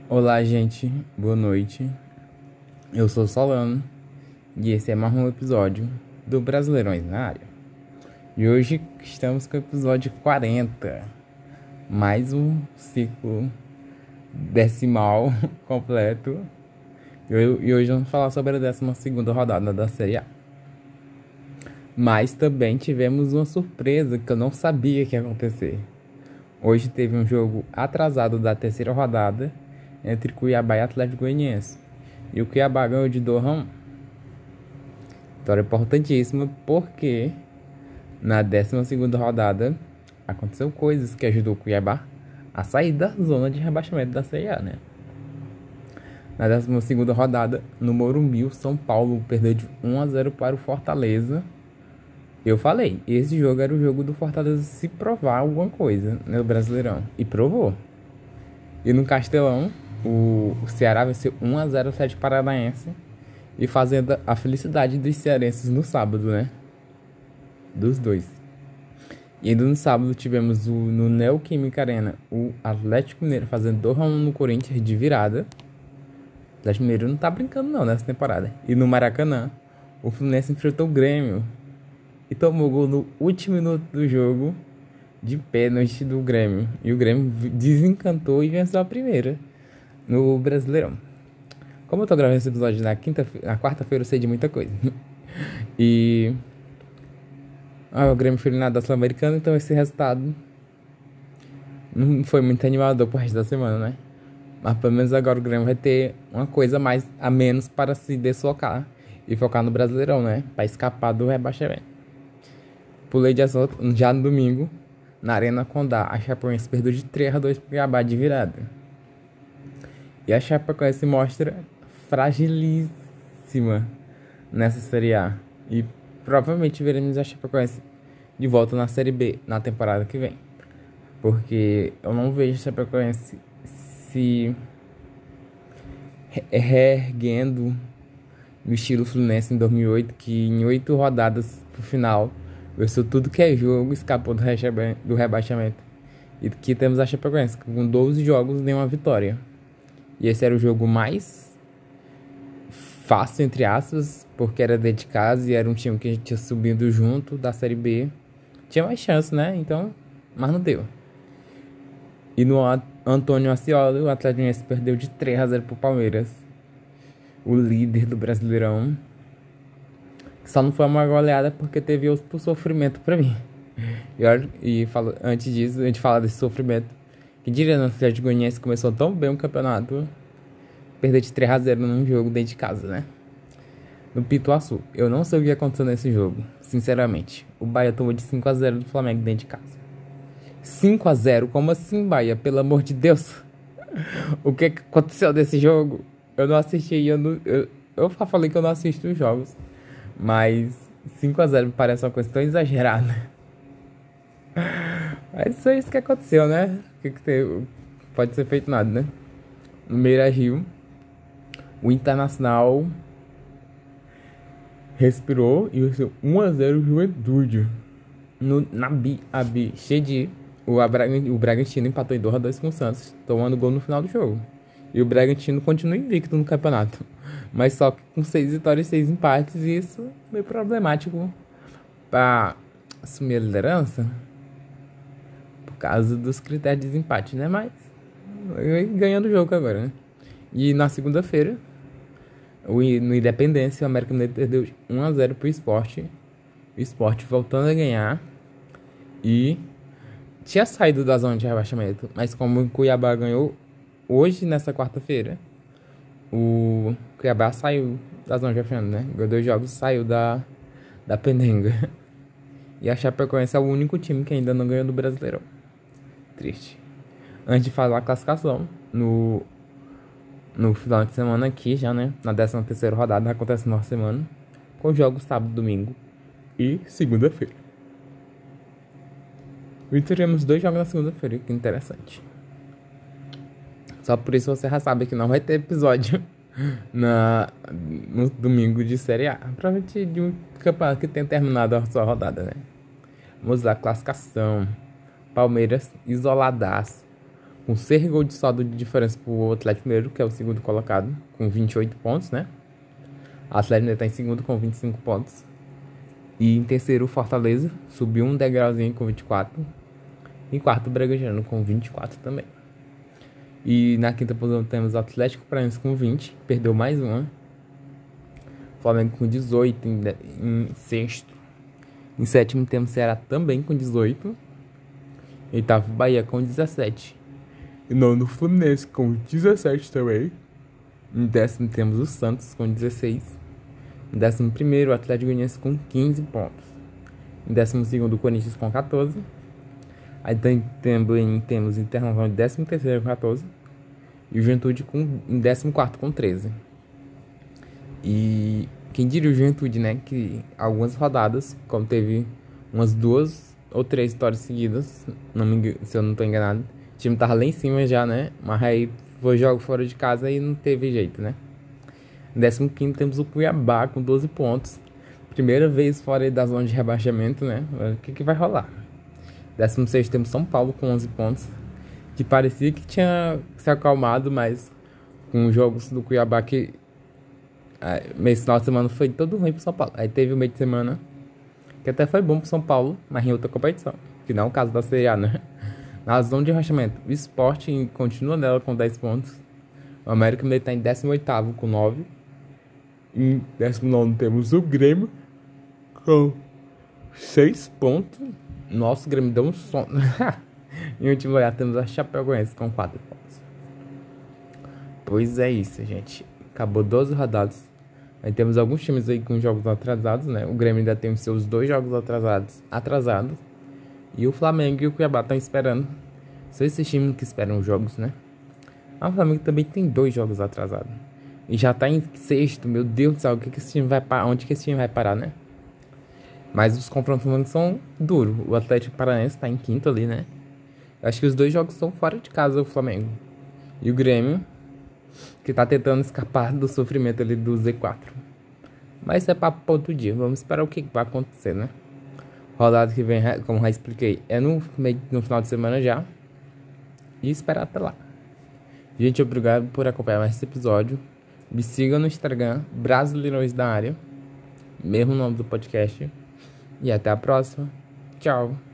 Olá, gente. Boa noite. Eu sou Solano e esse é mais um episódio do Brasileirões na área. E hoje estamos com o episódio 40. Mais um ciclo decimal completo. E hoje vamos falar sobre a 12ª rodada da Série A. Mas também tivemos uma surpresa que eu não sabia que ia acontecer. Hoje teve um jogo atrasado da terceira rodada entre Cuiabá e Atlético Goianiense. E o Cuiabá ganhou de 2-1. Vitória importantíssima porque na 12ª rodada aconteceu coisas que ajudou o Cuiabá a sair da zona de rebaixamento da Série A, né? Na 12ª rodada, no Morumbi, o São Paulo perdeu de 1-0 para o Fortaleza. Eu falei, esse jogo era o jogo do Fortaleza se provar alguma coisa no Brasileirão. E provou. E no Castelão, o Ceará venceu 1-0 o Atlético Paranaense. E fazendo a felicidade dos cearenses no sábado, né? Dos dois. E ainda no sábado tivemos no Neoquímica Arena o Atlético Mineiro fazendo 2-1 no Corinthians de virada. O Atlético Mineiro não tá brincando não nessa temporada. E no Maracanã, o Fluminense enfrentou o Grêmio e tomou gol no último minuto do jogo de pênalti do Grêmio. E o Grêmio desencantou e venceu a primeira no Brasileirão. Como eu tô gravando esse episódio na quarta-feira, eu sei de muita coisa. E o Grêmio foi eliminado da Sul-Americana, então esse resultado não foi muito animador pro resto da semana, né? Mas pelo menos agora o Grêmio vai ter uma coisa a menos para se deslocar e focar no Brasileirão, né? Para escapar do rebaixamento. Pulei de assunto, já no domingo, na Arena Condá, a Chapecoense perdeu de 3-2 pro Cuiabá de virada. E a Chapecoense se mostra fragilíssima nessa Série A. E provavelmente veremos a Chapecoense de volta na Série B na temporada que vem. Porque eu não vejo a Chapecoense se reerguendo no estilo Fluminense em 2008, que em 8 rodadas pro final venceu tudo que é jogo, escapou do rebaixamento. E aqui temos a Chapecoense com 12 jogos, nenhuma vitória. E esse era o jogo mais fácil, entre aspas, porque era dentro de casa e era um time que a gente tinha subido junto da Série B. Tinha mais chance, né? Então, mas não deu. E no Antônio Ascioli, o Atlético Goianiense perdeu de 3-0 pro Palmeiras, o líder do Brasileirão. Só não foi uma goleada porque teve outro sofrimento pra mim. Antes disso, a gente fala desse sofrimento. Que diria, no Atlético Goianiense começou tão bem o campeonato, perder de 3-0 num jogo dentro de casa, né? No Pituaçu. Eu não sei o que aconteceu nesse jogo, sinceramente. O Bahia tomou de 5-0 do Flamengo dentro de casa. 5-0? Como assim, Bahia? Pelo amor de Deus. O que aconteceu nesse jogo? Eu não assisti, eu falei que eu não assisto os jogos. Mas 5-0 me parece uma coisa tão exagerada. Mas foi isso que aconteceu, né? Pode ser feito nada, né? No Beira-Rio, o Internacional respirou e venceu 1-0 Juventude. Na Bi, cheio de... O Bragantino empatou em 2-2 com o Santos, tomando gol no final do jogo. E o Bragantino continua invicto no campeonato. Mas só que com 6 vitórias e 6 empates, e isso é meio problemático para assumir a liderança. Por causa dos critérios de desempate, né? Mas ganhando o jogo agora, né? E na segunda-feira, no Independência, o América Mineiro perdeu 1-0 pro Sport. O Sport voltando a ganhar. E tinha saído da zona de rebaixamento. Mas como o Cuiabá ganhou hoje, nessa quarta-feira, o Cuiabá saiu da zona de rebaixamento, né? Ganhou 2 jogos, saiu da pendenga. E a Chapecoense é o único time que ainda não ganhou do Brasileirão. Triste. Antes de falar a classificação, no final de semana aqui já, né? Na 13ª rodada, acontece na semana, com jogos sábado, domingo e segunda-feira. E teremos 2 jogos na segunda-feira, que interessante. Só por isso você já sabe que não vai ter episódio no domingo de Série A. Provavelmente de um campeonato que tenha terminado a sua rodada, né? Vamos lá, classificação. Palmeiras isoladaço, com 6 gols de saldo de diferença para o Atlético Mineiro, que é o segundo colocado, com 28 pontos, né? O Atlético Mineiro está em segundo com 25 pontos. E em terceiro, o Fortaleza subiu um degrauzinho com 24. Em quarto, o Bragantino com 24 também. E na quinta posição temos o Atlético Paranaense com 20, perdeu mais uma. Flamengo com 18 em sexto. Em sétimo temos o Ceará também com 18. Em oitavo, Bahia com 17. E nono, Fluminense com 17 também. Em décimo temos o Santos com 16. Em décimo primeiro, o Atlético Goianiense com 15 pontos. Em décimo segundo, o Corinthians com 14. Aí também temos o Internacional em 13º com 14. E o Juventude em 14º com 13. E quem diria o Juventude, né? Que algumas rodadas, como teve umas 2 ou 3 vitórias seguidas, se eu não tô enganado, o time tava lá em cima já, né? Mas aí foi jogo fora de casa e não teve jeito, né? Em 15º temos o Cuiabá com 12 pontos. Primeira vez fora da zona de rebaixamento, né? O que vai rolar? 16º temos São Paulo com 11 pontos. Que parecia que tinha se acalmado, mas com os jogos do Cuiabá que... Mês final de semana foi todo ruim pro São Paulo. Aí teve o meio de semana que até foi bom pro São Paulo, mas em outra competição. Que não é o caso da Série A, né? Na zona de rebaixamento, o Sport continua nela com 10 pontos. O América Mineiro está em 18º com 9. Em 19º temos o Grêmio com 6 pontos. Nossa, o Grêmio deu um sono. Em último lugar temos a Chapecoense com 4 pontos. Pois é isso, gente. Acabou 12 rodadas. Aí temos alguns times aí com jogos atrasados, né? O Grêmio ainda tem os seus 2 jogos atrasados. E o Flamengo e o Cuiabá estão esperando. São esses times que esperam os jogos, né? O Flamengo também tem 2 jogos atrasados. E já tá em sexto, meu Deus do céu, onde que esse time vai parar, né? Mas os confrontos são duros. O Atlético Paranaense tá em quinto ali, né? Eu acho que os 2 jogos são fora de casa, o Flamengo. E o Grêmio, que tá tentando escapar do sofrimento ali do Z4. Mas é papo para outro dia. Vamos esperar o que vai acontecer, né? Rodada que vem, como já expliquei, é no final de semana já. E esperar até lá. Gente, obrigado por acompanhar mais esse episódio. Me siga no Instagram, Brasileirões da Área. Mesmo nome do podcast. E até a próxima. Tchau.